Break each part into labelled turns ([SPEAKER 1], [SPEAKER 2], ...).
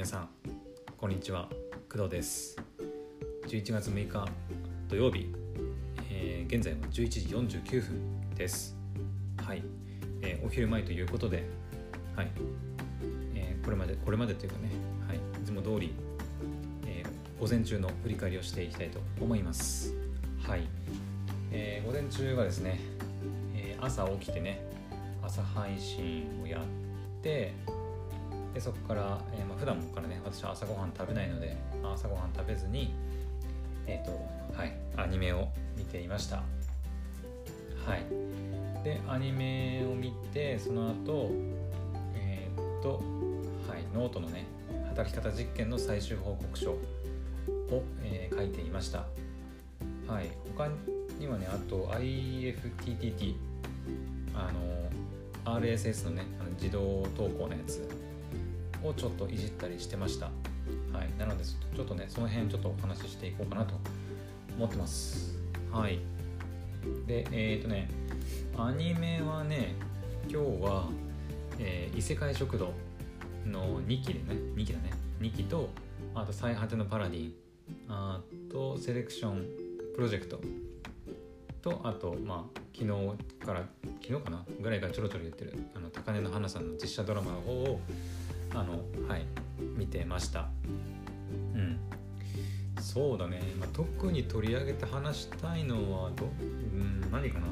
[SPEAKER 1] 皆さんこんにちは、工藤です。11月6日土曜日、現在は11時49分です。はい、お昼前ということで、はい、これまでというかね、はい、いつも通り、午前中の振り返りをしていきたいと思います。はい、午前中はですね、朝起きてね、朝配信をやって、でそこから、普段からね、私は朝ごはん食べないので、朝ごはん食べずに、アニメを見ていました。はい。で、アニメを見て、その後、ノートのね、働き方実験の最終報告書を、書いていました。はい。他にはね、あと IFTTT、RSS のね、自動投稿のやつをちょっといじったりしてました。はい、なのでちょっとね、その辺ちょっとお話ししていこうかなと思ってます。はい。で、アニメはね、今日は、異世界食堂の2期と、あと最果てのパラディン、あとセレクションプロジェクトと、あと昨日かなぐらいからちょろちょろ言ってる高根の花さんの実写ドラマの方を見てました。そうだね、特に取り上げて話したいのは何かな。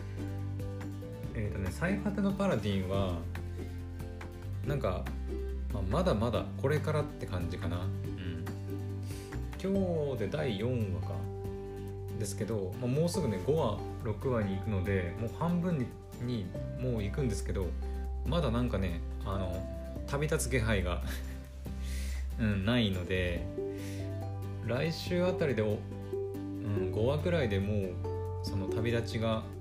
[SPEAKER 1] 最果てのパラディンはなんか、まだまだこれからって感じかな。今日で第4話かですけど、もうすぐね5話6話に行くので、もう半分にもう行くんですけど、まだなんかね旅立つ気配がないので、来週あたりで5話くらいでもうその旅立ちっていうか、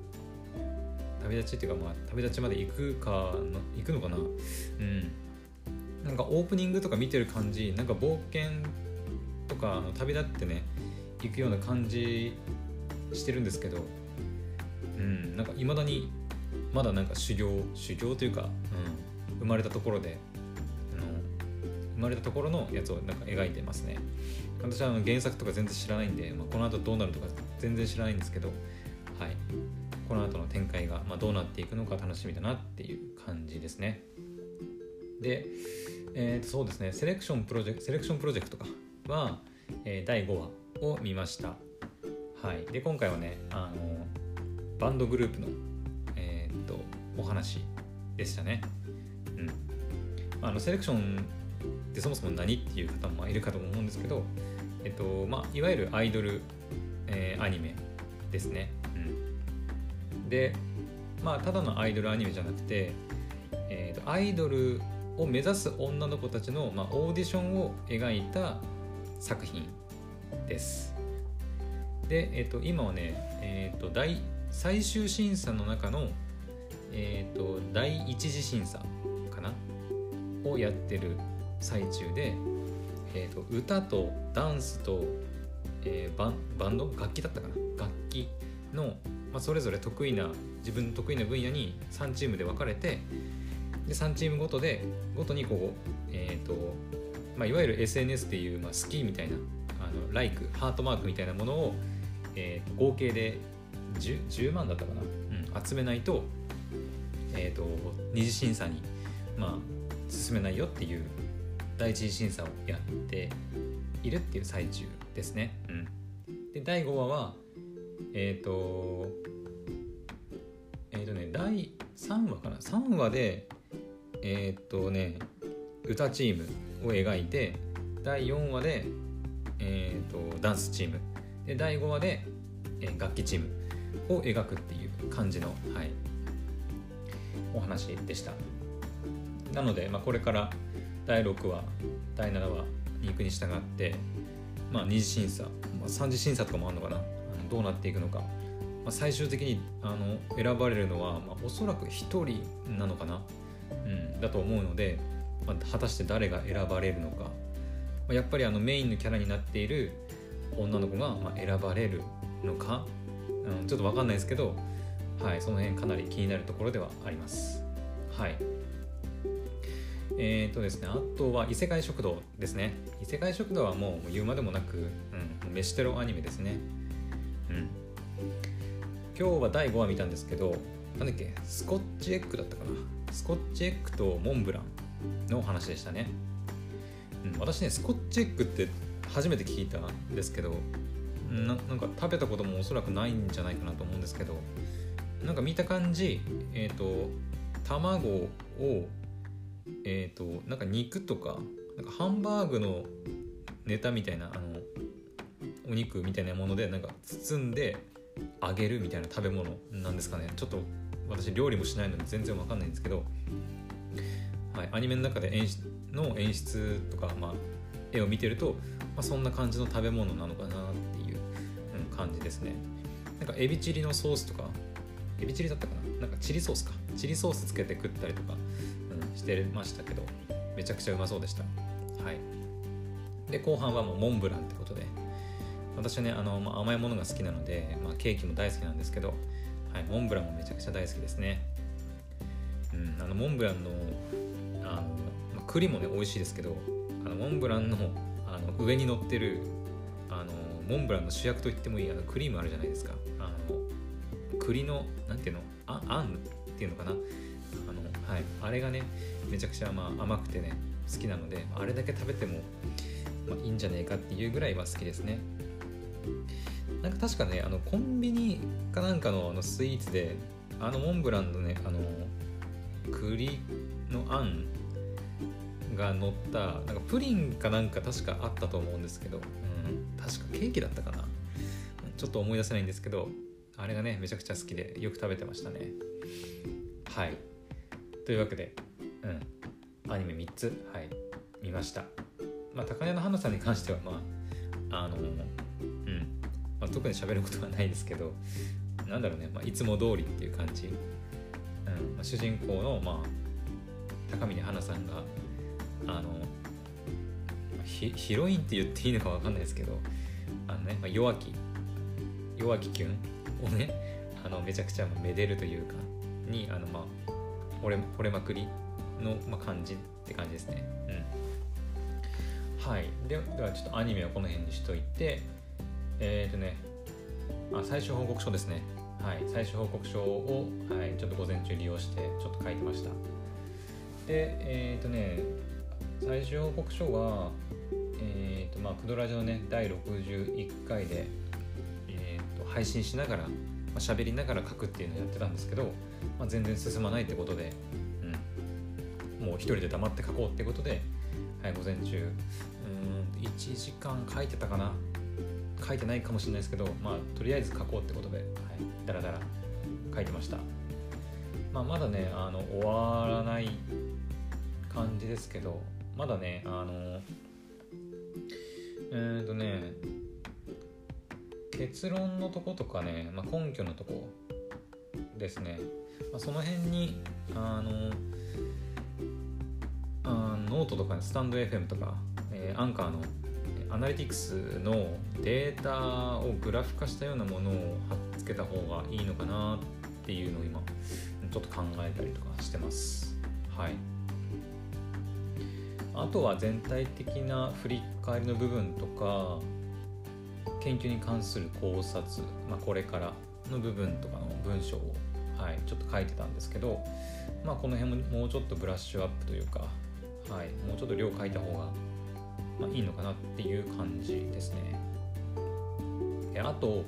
[SPEAKER 1] 旅立ちまで行くのかな。なんかオープニングとか見てる感じ、なんか冒険とか旅立ってね行くような感じしてるんですけど、なんか未だにまだなんか修行というか、生まれたところのやつをなんか描いてますね。私は原作とか全然知らないんで、この後どうなるとか全然知らないんですけど、はい、この後の展開がどうなっていくのか楽しみだなっていう感じですね。で、そうですね、セレクションプロジェクトかは、第5話を見ました。はい。で今回はねバンドグループのお話でしたね。セレクションってそもそも何っていう方もいるかと思うんですけど、いわゆるアイドル、アニメですね。で、ただのアイドルアニメじゃなくて、アイドルを目指す女の子たちの、オーディションを描いた作品です。で、今はね、最終審査の中の、第一次審査かなをやってる最中で、歌とダンスと、バンド楽器だったかな、楽器の、それぞれ自分の得意な分野に3チームで分かれて、で3チームごとにいわゆる SNS っていう、スキーみたいなライクハートマークみたいなものを、合計で 10万だったかな、集めないと、二次審査に進めないよっていう第一次審査をやっているっていう最中ですね。で第5話は第3話かな、3話で歌チームを描いて、第4話でダンスチームで、第5話で楽器チームを描くっていう感じの、お話でした。なので、これから第6話第7話に行くに従って、二次審査、三次審査とかもあるのかな、どうなっていくのか、最終的に選ばれるのは、おそらく1人なのかな、だと思うので、果たして誰が選ばれるのか、やっぱりメインのキャラになっている女の子が選ばれるのか、ちょっと分かんないですけど、その辺かなり気になるところではあります。はい。 ですね、あとは異世界食堂ですね。異世界食堂はもう言うまでもなく、飯テロアニメですね。今日は第5話見たんですけど、なんだっけ、スコッチエッグだったかな。スコッチエッグとモンブランの話でしたね。私ね、スコッチエッグって初めて聞いたんですけど、なんか食べたこともおそらくないんじゃないかなと思うんですけど、なんか見た感じ、卵をなんか肉とか、なんかハンバーグのネタみたいなお肉みたいなものでなんか包んで揚げるみたいな食べ物なんですかね。ちょっと私料理もしないので全然わかんないんですけど、はい、アニメの中で演出とか、絵を見てると、そんな感じの食べ物なのかなっていう、感じですね。なんかエビチリのソースとか、エビチリだったかな、なんかチリソースつけて食ったりとか、してましたけど、めちゃくちゃうまそうでした。はい。で後半はもうモンブランってことで、私はね甘いものが好きなので、ケーキも大好きなんですけど、はい、モンブランもめちゃくちゃ大好きですね。モンブランの栗もね美味しいですけど、モンブランの上に乗ってるモンブランの主役と言ってもいいクリームあるじゃないですか。栗のなんていうの、あんっていうのかな、はい、あれがねめちゃくちゃ甘くてね好きなので、あれだけ食べても、いいんじゃねえかっていうぐらいは好きですね。なんか確かねコンビニかなんかのスイーツでモンブランのね栗のあんが乗ったなんかプリンかなんか確かあったと思うんですけど、確かケーキだったかな、ちょっと思い出せないんですけど、あれがねめちゃくちゃ好きでよく食べてましたね。はい、というわけで、アニメ3つ、はい、見ました。高根の花さんに関しては特に喋ることはないですけど、なんだろうね、いつも通りっていう感じ。主人公の高峰花さんがヒロインって言っていいのか分かんないですけど、弱気キュンをねめちゃくちゃめでるというかに惚れまくりの、感じって感じですね。はい。ではちょっとアニメはこの辺にしといて、最終報告書ですね。はい、最終報告書を、はい、ちょっと午前中利用してちょっと書いてました。で、最終報告書は、クドラジのね第61回で、配信しながら喋りながら書くっていうのをやってたんですけど、全然進まないってことで、もう一人で黙って書こうってことで、はい、午前中1時間書いてたかな、書いてないかもしれないですけど、とりあえず書こうってことで、はい、だらだら書いてました。まだね終わらない感じですけど、まだね結論のとことかね、根拠のとこですね、その辺にノートとか、スタンド FM とか、アンカーのアナリティクスのデータをグラフ化したようなものを貼っつけた方がいいのかなっていうのを今ちょっと考えたりとかしてます。はい。あとは全体的な振り返りの部分とか研究に関する考察、これからの部分とかの文章を、はい、ちょっと書いてたんですけど、この辺ももうちょっとブラッシュアップというか、はい、もうちょっと量書いた方がいいのかなっていう感じですね。あと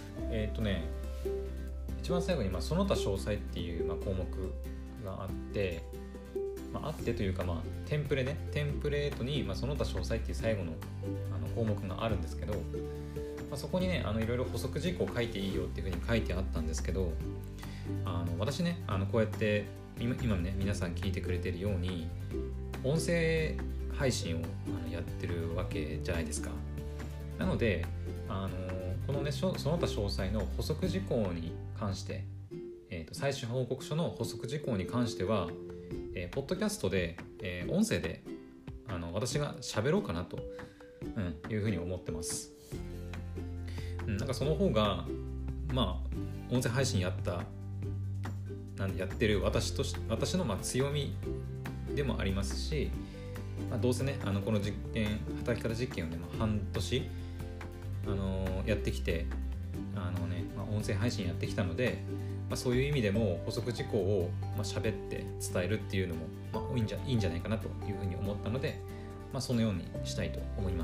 [SPEAKER 1] 一番最後にその他詳細っていう項目があってというかテンプレートにその他詳細っていう最後の項目があるんですけど、そこにねいろいろ補足事項を書いていいよっていうふうに書いてあったんですけど、私ねこうやって今ね皆さん聞いてくれてるように音声配信をやってるわけじゃないですか。なのでこのねその他詳細の補足事項に関して、最終報告書の補足事項に関しては、ポッドキャストで、音声で私が喋ろうかなと、いうふうに思ってます。なんかその方が音声配信やってる私の強みでもありますし、どうせねこの働き方実験をね、半年やってきて音声配信やってきたので、そういう意味でも補足事項を喋って伝えるっていうのも、いいんじゃないかなというふうに思ったので、そのようにしたいと思います。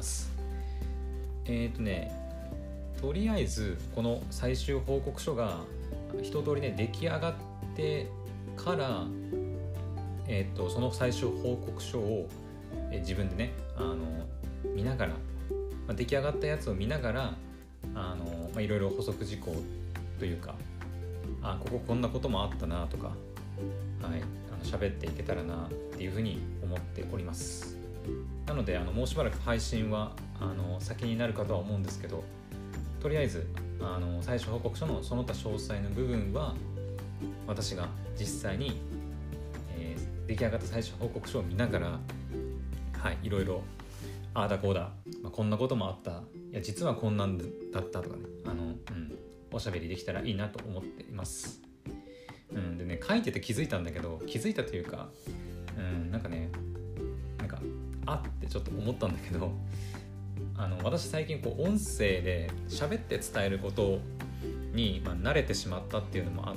[SPEAKER 1] とりあえずこの最終報告書が一通りね出来上がってから、その最終報告書を自分でね見ながら、出来上がったやつを見ながらいろいろ補足事項というか、こここんなこともあったなとか、喋っていけたらなっていうふうに思っております。なのでもうしばらく配信は先になるかとは思うんですけど、とりあえず最終報告書のその他詳細の部分は私が実際に、出来上がった最終報告書を見ながら、いろいろああだこうだ、こんなこともあった、いや実はこんなんだったとかね、おしゃべりできたらいいなと思っています。でね、書いてて気づいたんだけど、気づいたというか、なんかってちょっと思ったんだけど、私最近音声で喋って伝えることに、慣れてしまったっていうのもあって、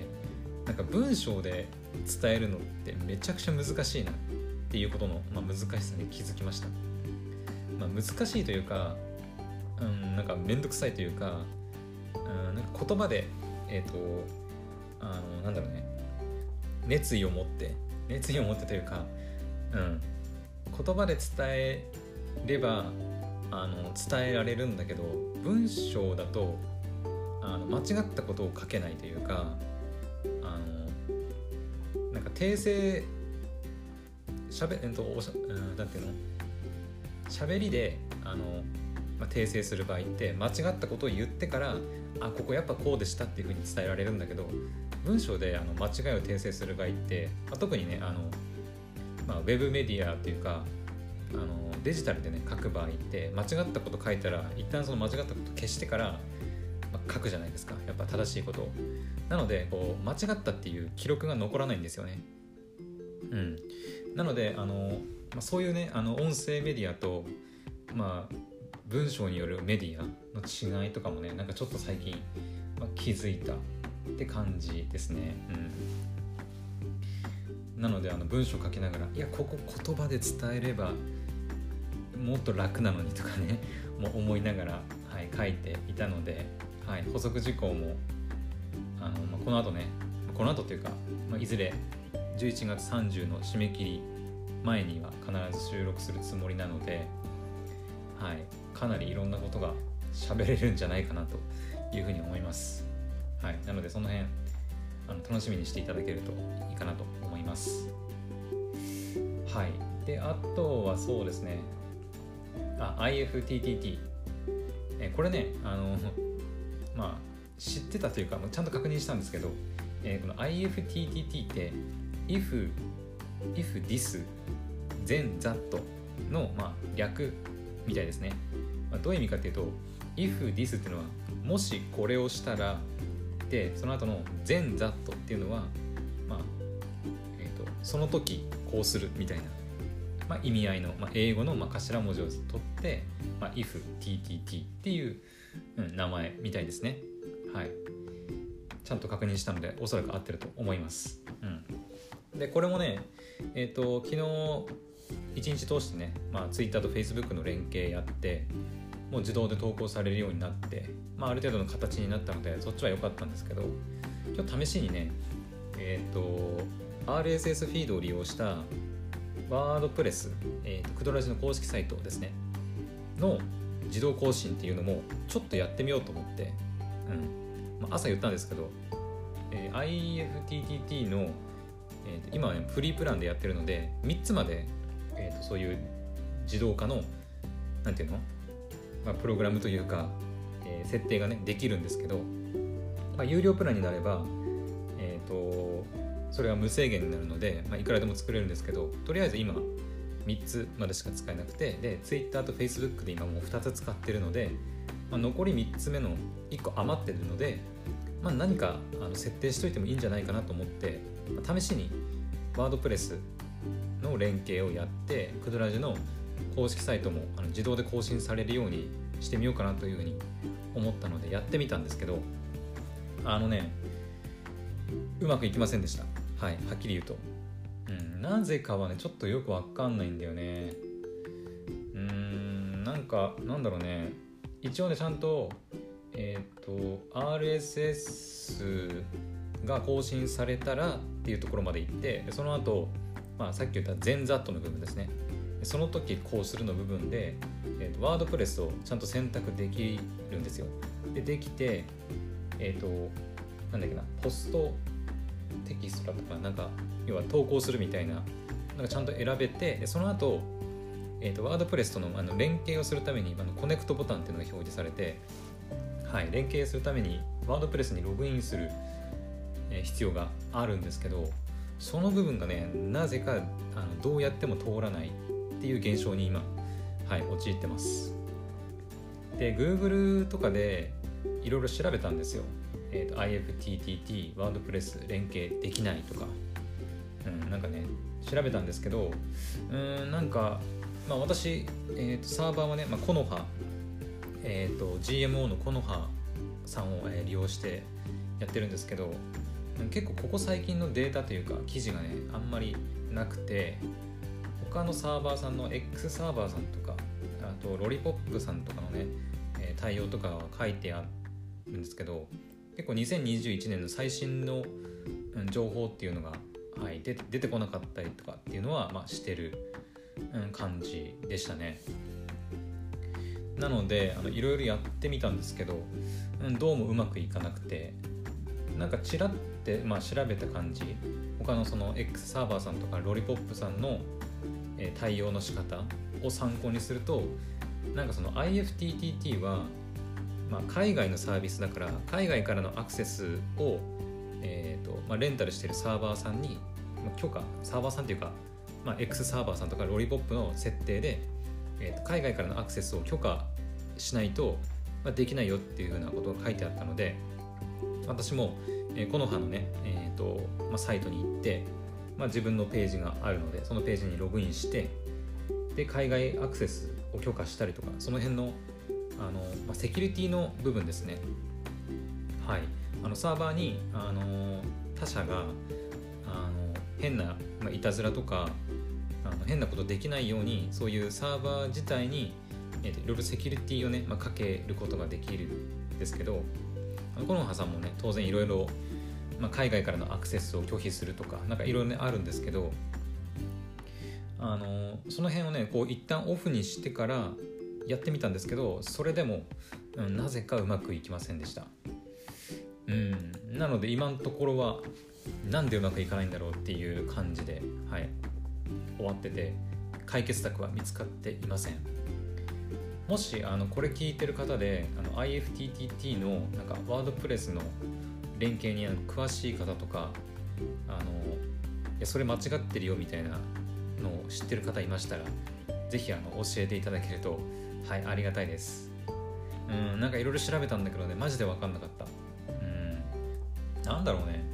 [SPEAKER 1] 文章で伝えるのってめちゃくちゃ難しいなっていうことの、難しさに気づきました。難しいというか、めんどくさいというか、言葉で熱意を持ってというか、言葉で伝えれば伝えられるんだけど、文章だと間違ったことを書けないというか、訂正喋りで訂正する場合って間違ったことを言ってから、ここやっぱこうでしたっていう風に伝えられるんだけど、文章で間違いを訂正する場合って、特にねウェブメディアというかデジタルでね書く場合って間違ったこと書いたら一旦その間違ったこと消してから、書くじゃないですか、やっぱ正しいことを。なので間違ったっていう記録が残らないんですよね。なのでそういうね音声メディアと文章によるメディアの違いとかもねちょっと最近、気づいたって感じですね。なので文章書きながら、いやここ言葉で伝えればもっと楽なのにとかねもう思いながら、書いていたので、補足事項もこの後というか、いずれ11月30の締め切り前には必ず収録するつもりなので、かなりいろんなことが喋れるんじゃないかなというふうに思います。なのでその辺楽しみにしていただけるといいかなと思います。であとはそうですね、IFTTT、これね知ってたというかちゃんと確認したんですけど、この IFTTT って if this then that の略みたいですね。どういう意味かっていうと、 if this っていうのはもしこれをしたらで、その後の then that っていうのはその時こうするみたいな、意味合いの、英語の頭文字を取って、IFTTT っていう、名前みたいですね。ちゃんと確認したのでおそらく合ってると思います。でこれもね昨日一日通してね、Twitter と Facebook の連携やってもう自動で投稿されるようになって、ある程度の形になったのでそっちは良かったんですけど、今日試しにねRSS フィードを利用したワードプレス、クドラジの公式サイトですねの自動更新っていうのもちょっとやってみようと思って、朝言ったんですけど、IFTTT の、今は、ね、フリープランでやってるので3つまで、そういう自動化のなんていうの、プログラムというか、設定がねできるんですけど、有料プランになれば、それは無制限になるので、いくらでも作れるんですけど、とりあえず今3つまでしか使えなくて、で Twitter と Facebook で今もう2つ使ってるので、残り3つ目の1個余ってるので、何か設定しといてもいいんじゃないかなと思って、試しにワードプレスの連携をやってクドラジの公式サイトも自動で更新されるようにしてみようかなというふうに思ったのでやってみたんですけど、うまくいきませんでした。はい、はっきり言うと、なぜかはねちょっとよくわかんないんだよね。なんだろうね、一応ねちゃんとRSS が更新されたらっていうところまで行って、その後、さっき言った全 ZAT の部分ですね、その時こうするの部分で、ワードプレスをちゃんと選択できるんですよ。できてなんだっけな、ポストテキストだとか、なんか要は投稿するみたいな、なんかちゃんと選べて、でその後ワードプレスとの連携をするためにコネクトボタンっていうのが表示されて、はい、連携するためにワードプレスにログインする必要があるんですけど、その部分がねなぜかどうやっても通らないっていう現象に今、陥ってます。で Google とかでいろいろ調べたんですよ。IFTTT ワードプレス連携できないとか、なんかね調べたんですけど、私、サーバーはね、コノハ、GMO のコノハさんを、利用してやってるんですけど、結構ここ最近のデータというか記事がねあんまりなくて、他のサーバーさんの X サーバーさんとか、あとロリポップさんとかのね、対応とかは書いてあるんですけど、結構2021年の最新の情報っていうのが、出てこなかったりとかっていうのは、してる感じでしたね。なのでいろいろやってみたんですけど、どうもうまくいかなくて、なんかちらって、調べた感じ、他のその X サーバーさんとかロリポップさんの、対応の仕方を参考にすると、なんかその IFTTT は、海外のサービスだから、海外からのアクセスを、レンタルしているサーバーさんに、許可、サーバーさんっていうか、X サーバーさんとかロリポップの設定で、海外からのアクセスを許可しないと、できないよっていうふうなことが書いてあったので、私も、コノハのね、サイトに行って、自分のページがあるので、そのページにログインして、で海外アクセスを許可したりとか、その辺のセキュリティの部分ですね。はい、サーバーに他社が変な、いたずらとか変なことできないように、そういうサーバー自体に、いろいろセキュリティをね、かけることができるんですけど、コノハさんもね当然いろいろ海外からのアクセスを拒否するとか、なんかいろいろねあるんですけど、その辺をねこう一旦オフにしてからやってみたんですけど、それでも、なぜかうまくいきませんでした。なので今のところはなんでうまくいかないんだろうっていう感じで、終わってて、解決策は見つかっていません。もしこれ聞いてる方でIFTTT のなんかワードプレスの連携に詳しい方とか、いやそれ間違ってるよみたいなのを知ってる方いましたら、ぜひ教えていただけると、ありがたいです。なんかいろいろ調べたんだけどね、マジで分かんなかった。なんだろうね。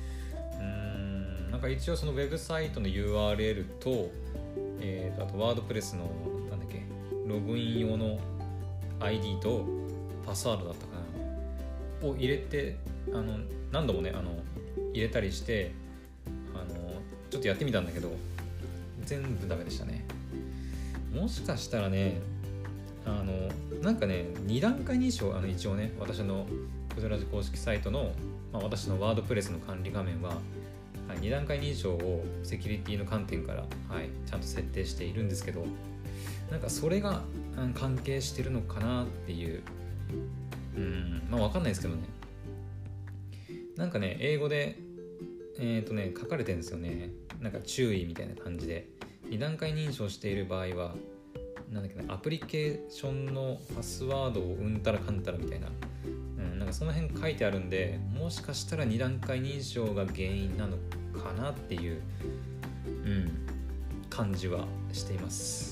[SPEAKER 1] なんか一応そのウェブサイトの URL と、あとワードプレスのなんだっけ、ログイン用の ID とパスワードだったかなを入れて、何度もね入れたりして、ちょっとやってみたんだけど全部ダメでしたね。もしかしたらねなんかね2段階認証、一応ね私のクドラジ公式サイトの、私のワードプレスの管理画面は、2段階認証をセキュリティの観点から、ちゃんと設定しているんですけど、なんかそれが関係してるのかなっていう、分かんないですけどね。なんかね英語で書かれてるんですよね。なんか注意みたいな感じで、2段階認証している場合はなんだっけな、アプリケーションのパスワードをうんたらかんたらみたいな、なんかその辺書いてあるんで、もしかしたら2段階認証が原因なのかなっていう、感じはしています。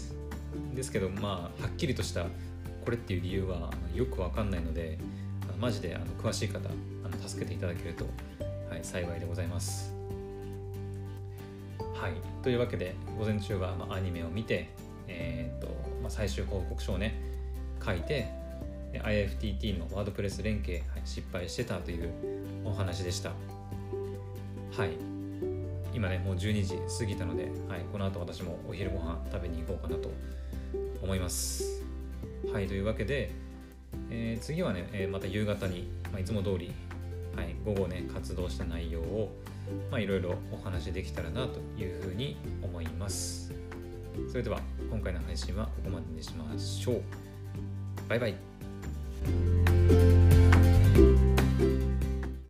[SPEAKER 1] ですけどはっきりとしたこれっていう理由はよくわかんないので、マジで詳しい方助けていただけると、幸いでございます。 はい、というわけで午前中はアニメを見て、最終報告書をね書いて IFTT のワードプレス連携、失敗してたというお話でした。はい、今ねもう12時過ぎたので、この後私もお昼ご飯食べに行こうかなと思います。はい、というわけで、次はね、また夕方に、いつも通り、午後ね活動した内容をいろいろお話できたらなというふうに思います。それでは今回の配信はここまでにしましょう。バイバイ。